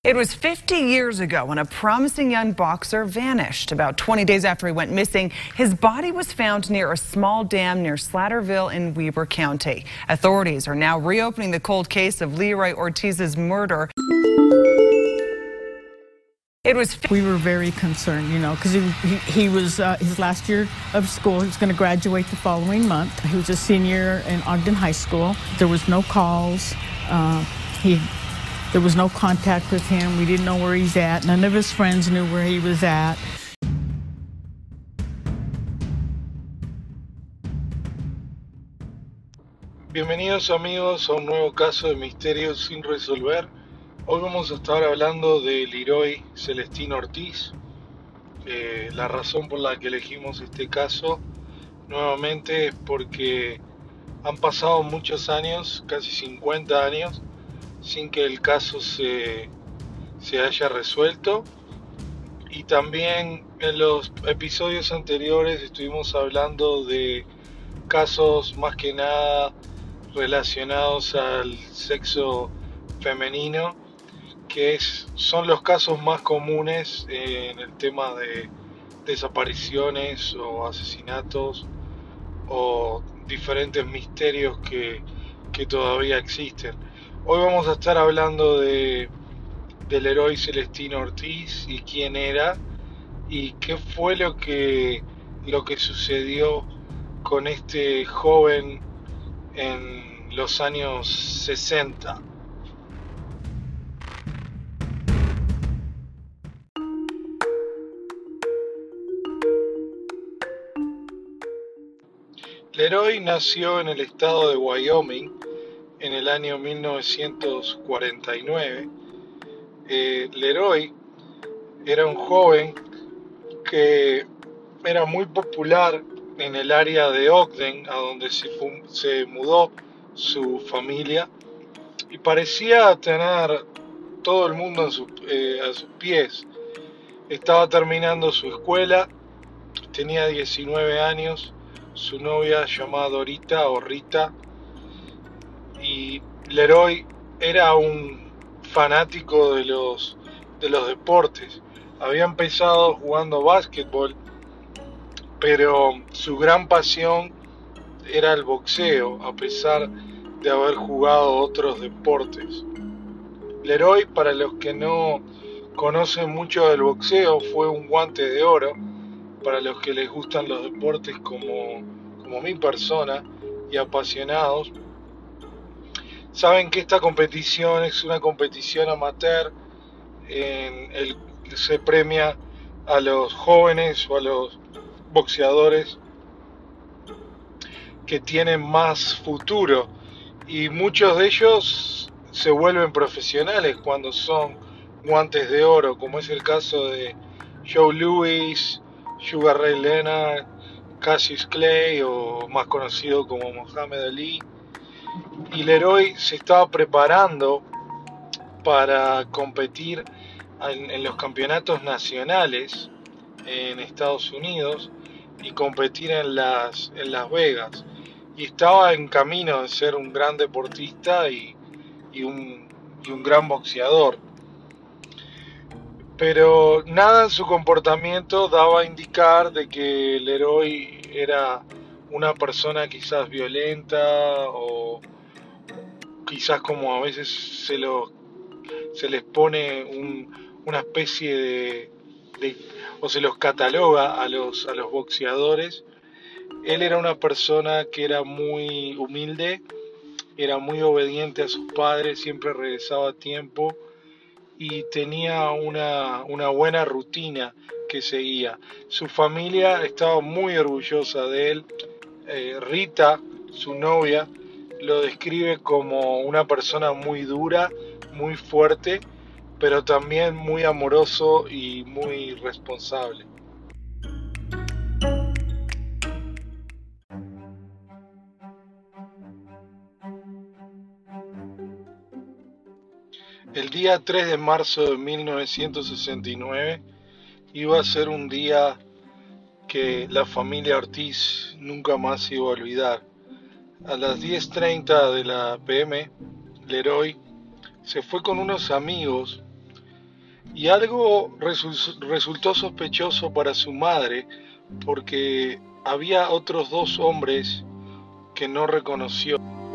It was 50 years ago when a promising young boxer vanished. About 20 days after he went missing, his body was found near a small dam near Slatterville in Weber County. Authorities are now reopening the cold case of Leroy Ortiz's murder. We were very concerned, because he was his last year of school. He was going to graduate the following month. He was a senior in Ogden High School. There was no calls. There was no contact with him. We didn't know where he's at. None of his friends knew where he was at. Bienvenidos amigos a un nuevo caso de misterio sin resolver. Hoy vamos a estar hablando de Leroy Celestino Ortiz. La razón por la que elegimos este caso nuevamente es porque han pasado muchos años, casi 50 años, sin que el caso se haya resuelto. Y también en los episodios anteriores estuvimos hablando de casos más que nada relacionados al sexo femenino, que son los casos más comunes en el tema de desapariciones o asesinatos o diferentes misterios que todavía existen. Hoy vamos a estar hablando del Leroy Celestino Ortiz y quién era y qué fue lo que sucedió con este joven en los años 60. Leroy nació en el estado de Wyoming en el año 1949. Leroy era un joven que era muy popular en el área de Ogden, a donde se mudó su familia, y parecía tener todo el mundo a sus pies. Estaba terminando su escuela, tenía 19 años, su novia llamada Dorita o Rita, y Leroy era un fanático de los deportes. Había empezado jugando básquetbol, pero su gran pasión era el boxeo, a pesar de haber jugado otros deportes. Leroy, para los que no conocen mucho del boxeo, fue un guante de oro. Para los que les gustan los deportes como mi persona y apasionados, saben que esta competición es una competición amateur en el que se premia a los jóvenes o a los boxeadores que tienen más futuro, y muchos de ellos se vuelven profesionales cuando son guantes de oro, como es el caso de Joe Louis, Sugar Ray Leonard, Cassius Clay, o más conocido como Muhammad Ali. Y Leroy se estaba preparando para competir en los campeonatos nacionales en Estados Unidos y competir en Las Vegas. Y estaba en camino de ser un gran deportista y un gran boxeador. Pero nada en su comportamiento daba a indicar de que Leroy era una persona quizás violenta, o quizás, como a veces se les pone una especie o se los cataloga a los boxeadores. Él era una persona que era muy humilde, era muy obediente a sus padres, siempre regresaba a tiempo y tenía una buena rutina que seguía. Su familia estaba muy orgullosa de él. Rita, su novia, lo describe como una persona muy dura, muy fuerte, pero también muy amoroso y muy responsable. El día 3 de marzo de 1969 iba a ser un día que la familia Ortiz nunca más iba a olvidar. A las 10:30 de la PM, Leroy se fue con unos amigos Y algo resultó sospechoso para su madre porque había otros dos hombres que no reconoció.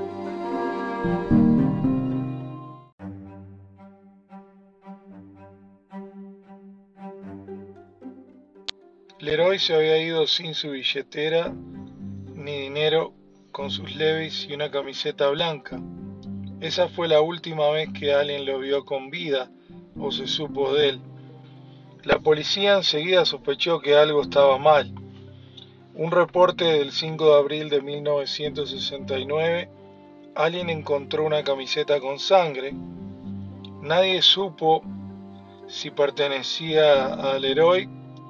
Leroy se había ido sin su billetera ni dinero, con sus Levi's y una camiseta blanca. Esa fue la última vez que alguien lo vio con vida o se supo de él. La policía enseguida sospechó que algo estaba mal. Un reporte del 5 de abril de 1969, alguien encontró una camiseta con sangre. Nadie supo si pertenecía a Leroy,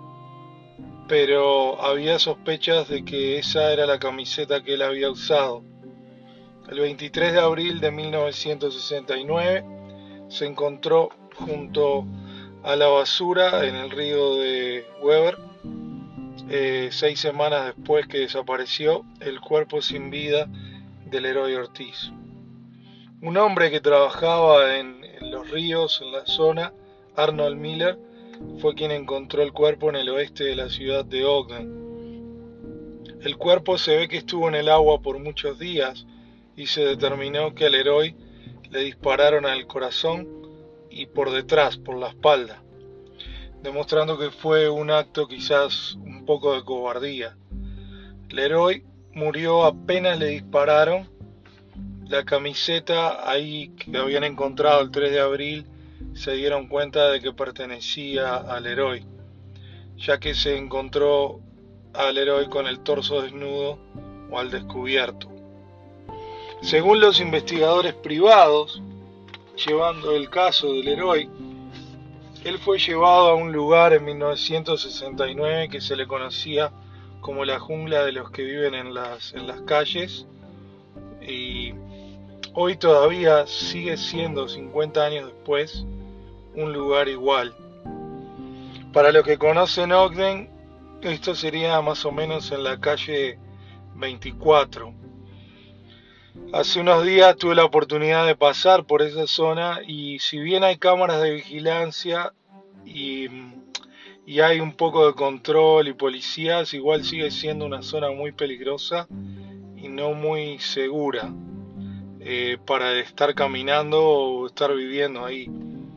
pero había sospechas de que esa era la camiseta que él había usado. El 23 de abril de 1969 se encontró junto a la basura en el río de Weber, 6 semanas después que desapareció, el cuerpo sin vida de Leroy Ortiz. Un hombre que trabajaba en los ríos en la zona, Arnold Miller, fue quien encontró el cuerpo en el oeste de la ciudad de Ogden. El cuerpo se ve que estuvo en el agua por muchos días y se determinó que al Leroy le dispararon al corazón y por detrás, por la espalda, demostrando que fue un acto quizás un poco de cobardía. Leroy murió apenas le dispararon. La camiseta ahí que habían encontrado el 3 de abril se dieron cuenta de que pertenecía a Leroy, ya que se encontró a Leroy con el torso desnudo o al descubierto. Según los investigadores privados llevando el caso de Leroy, él fue llevado a un lugar en 1969 que se le conocía como la jungla de los que viven en las calles, y hoy todavía sigue siendo, 50 años después, un lugar igual. Para los que conocen Ogden, esto sería más o menos en la calle 24. Hace unos días tuve la oportunidad de pasar por esa zona y si bien hay cámaras de vigilancia y hay un poco de control y policías, igual sigue siendo una zona muy peligrosa y no muy segura para estar caminando o estar viviendo ahí.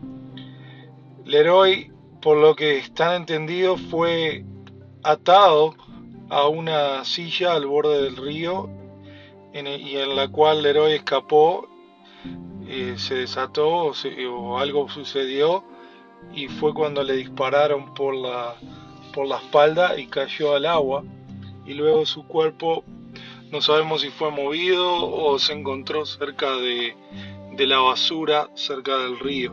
Leroy, por lo que están entendidos, fue atado a una silla al borde del río y en la cual Leroy escapó, se desató o algo sucedió y fue cuando le dispararon por la espalda y cayó al agua, y luego su cuerpo no sabemos si fue movido o se encontró cerca de la basura, cerca del río.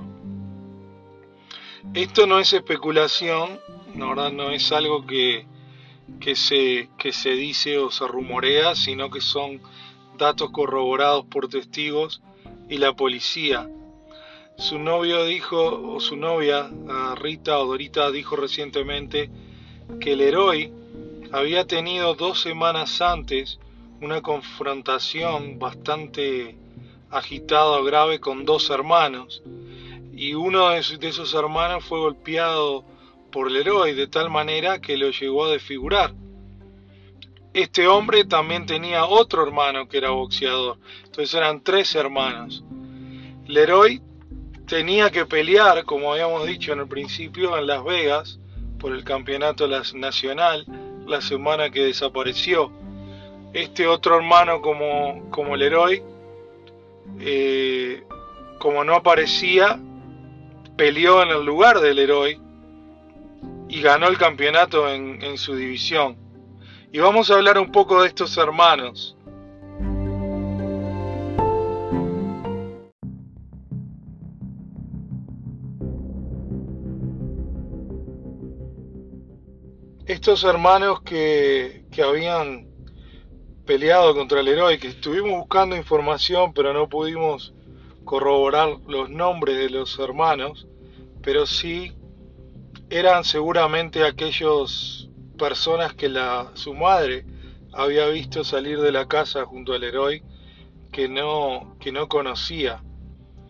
Esto no es especulación, la verdad no es algo que se dice o se rumorea, sino que son datos corroborados por testigos y la policía. Su novio dijo, o su novia, Rita o Dorita, dijo recientemente que Leroy había tenido 2 semanas antes una confrontación bastante agitada o grave con 2 hermanos, y uno de esos hermanos fue golpeado por Leroy de tal manera que lo llegó a desfigurar. Este hombre también tenía otro hermano que era boxeador, entonces eran 3 hermanos. Leroy tenía que pelear, como habíamos dicho en el principio, en Las Vegas por el campeonato nacional la semana que desapareció. Este otro hermano como Leroy, como no aparecía, peleó en el lugar de Leroy y ganó el campeonato en su división. Y vamos a hablar un poco de estos hermanos. Estos hermanos que habían peleado contra Leroy, que estuvimos buscando información pero no pudimos corroborar los nombres de los hermanos, pero sí eran seguramente aquellas personas que su madre había visto salir de la casa junto al Leroy, que no conocía.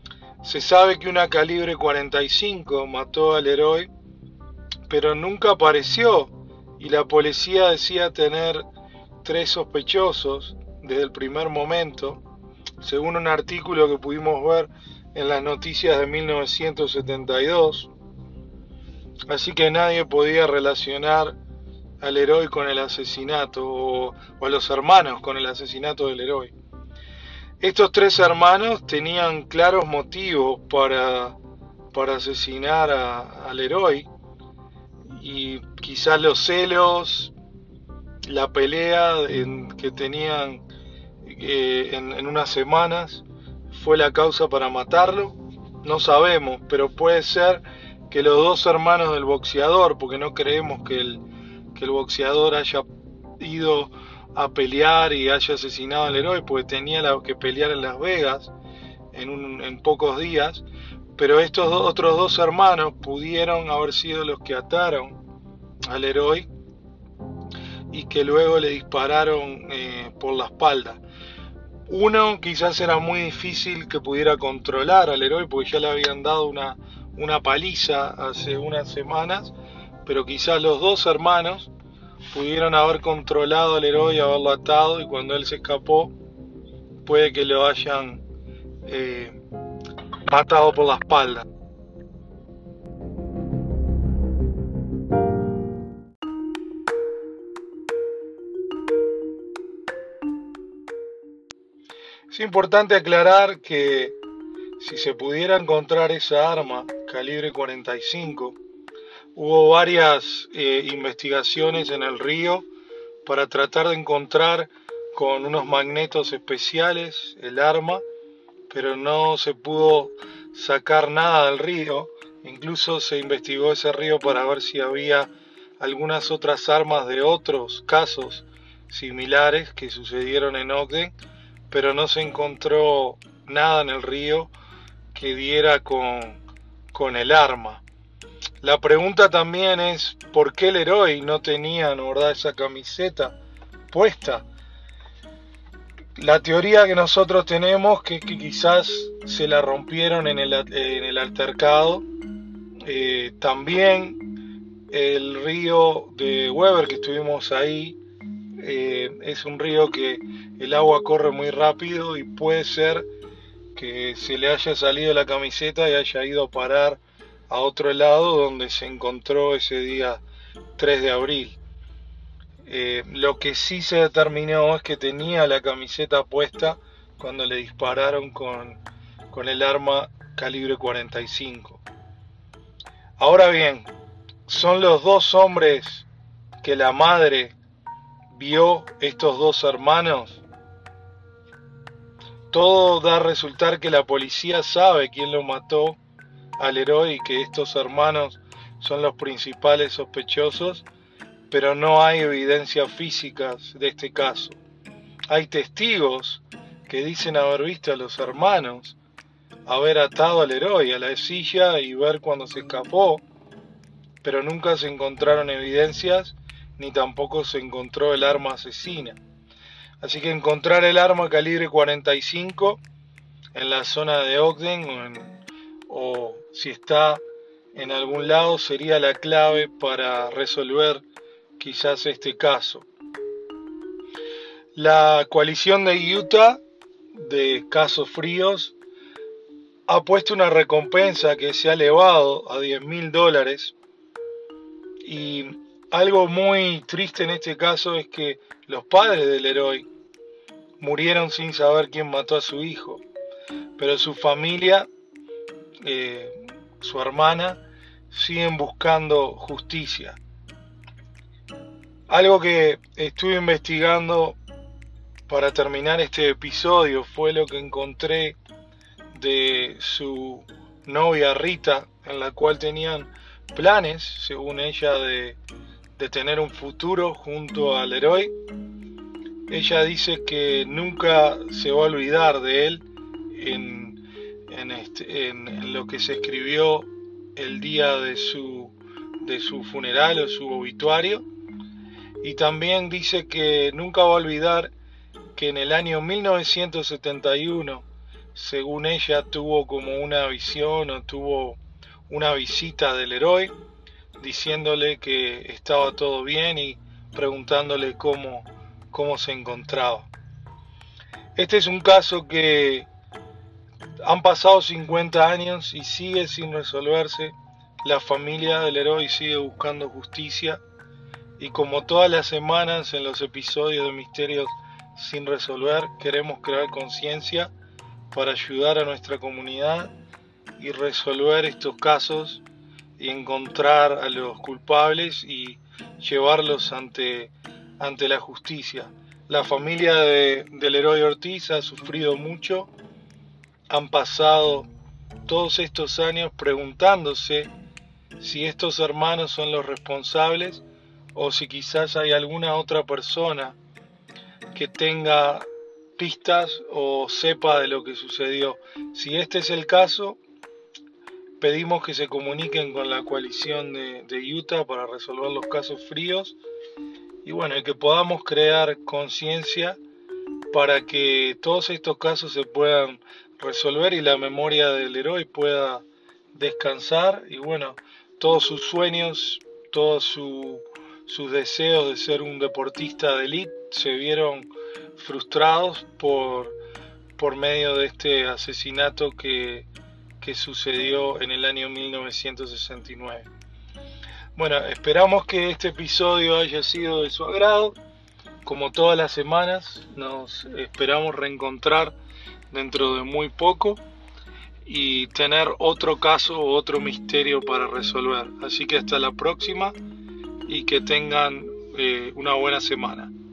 Se sabe que una calibre 45 mató al Leroy, pero nunca apareció y la policía decía tener 3 sospechosos desde el primer momento, según un artículo que pudimos ver en las noticias de 1972. Así que nadie podía relacionar al Leroy con el asesinato o a los hermanos con el asesinato del Leroy. Estos 3 hermanos tenían claros motivos para asesinar al Leroy, y quizás los celos, la pelea que tenían en unas semanas fue la causa para matarlo. No sabemos, pero puede ser que los 2 hermanos del boxeador, porque no creemos que el boxeador haya ido a pelear y haya asesinado al Leroy, porque tenía que pelear en Las Vegas en pocos días, pero estos otros 2 hermanos pudieron haber sido los que ataron al Leroy y que luego le dispararon por la espalda. Uno quizás era muy difícil que pudiera controlar al Leroy porque ya le habían dado una paliza hace unas semanas, pero quizás los 2 hermanos pudieron haber controlado al Leroy, haberlo atado, y cuando él se escapó puede que lo hayan matado por la espalda. Es importante aclarar que si se pudiera encontrar esa arma calibre 45, hubo varias investigaciones en el río para tratar de encontrar con unos magnetos especiales el arma, pero no se pudo sacar nada del río. Incluso se investigó ese río para ver si había algunas otras armas de otros casos similares que sucedieron en Ogden, pero no se encontró nada en el río que diera con el arma. La pregunta también es ¿por qué el Leroy no tenía, ¿no, verdad?, esa camiseta puesta? La teoría que nosotros tenemos que quizás se la rompieron en el altercado. También el río de Weber, que estuvimos ahí, es un río que el agua corre muy rápido y puede ser que se le haya salido la camiseta y haya ido a parar a otro lado donde se encontró ese día 3 de abril. Lo que sí se determinó es que tenía la camiseta puesta cuando le dispararon con el arma calibre 45. Ahora bien, son los 2 hombres que la madre vio, estos 2 hermanos. Todo da a resultar que la policía sabe quién lo mató al Leroy y que estos hermanos son los principales sospechosos, pero no hay evidencias físicas de este caso. Hay testigos que dicen haber visto a los hermanos haber atado al Leroy a la silla y ver cuando se escapó, pero nunca se encontraron evidencias ni tampoco se encontró el arma asesina. Así que encontrar el arma calibre 45 en la zona de Ogden o si está en algún lado sería la clave para resolver quizás este caso. La coalición de Utah de casos fríos ha puesto una recompensa que se ha elevado a $10,000, y algo muy triste en este caso es que los padres del Leroy murieron sin saber quién mató a su hijo, pero su familia, su hermana, siguen buscando justicia. Algo que estuve investigando para terminar este episodio fue lo que encontré de su novia Rita, en la cual tenían planes, según ella, de tener un futuro junto al Leroy. Ella dice que nunca se va a olvidar de él en lo que se escribió el día de su funeral o su obituario, y también dice que nunca va a olvidar que en el año 1971 según ella tuvo como una visión o tuvo una visita del héroe diciéndole que estaba todo bien y preguntándole cómo se encontraba. Este es un caso que han pasado 50 años y sigue sin resolverse. La familia del héroe sigue buscando justicia y como todas las semanas en los episodios de Misterios sin resolver, queremos crear conciencia para ayudar a nuestra comunidad y resolver estos casos y encontrar a los culpables y llevarlos ante la justicia. La familia del héroe Ortiz ha sufrido mucho, han pasado todos estos años preguntándose si estos hermanos son los responsables o si quizás hay alguna otra persona que tenga pistas o sepa de lo que sucedió. Si este es el caso, pedimos que se comuniquen con la coalición de Utah para resolver los casos fríos y bueno, y que podamos crear conciencia para que todos estos casos se puedan resolver y la memoria del héroe pueda descansar y bueno, todos sus sueños, todos sus deseos de ser un deportista de élite se vieron frustrados por medio de este asesinato que sucedió en el año 1969. Bueno, esperamos que este episodio haya sido de su agrado. Como todas las semanas, nos esperamos reencontrar dentro de muy poco y tener otro caso o otro misterio para resolver. Así que hasta la próxima y que tengan una buena semana.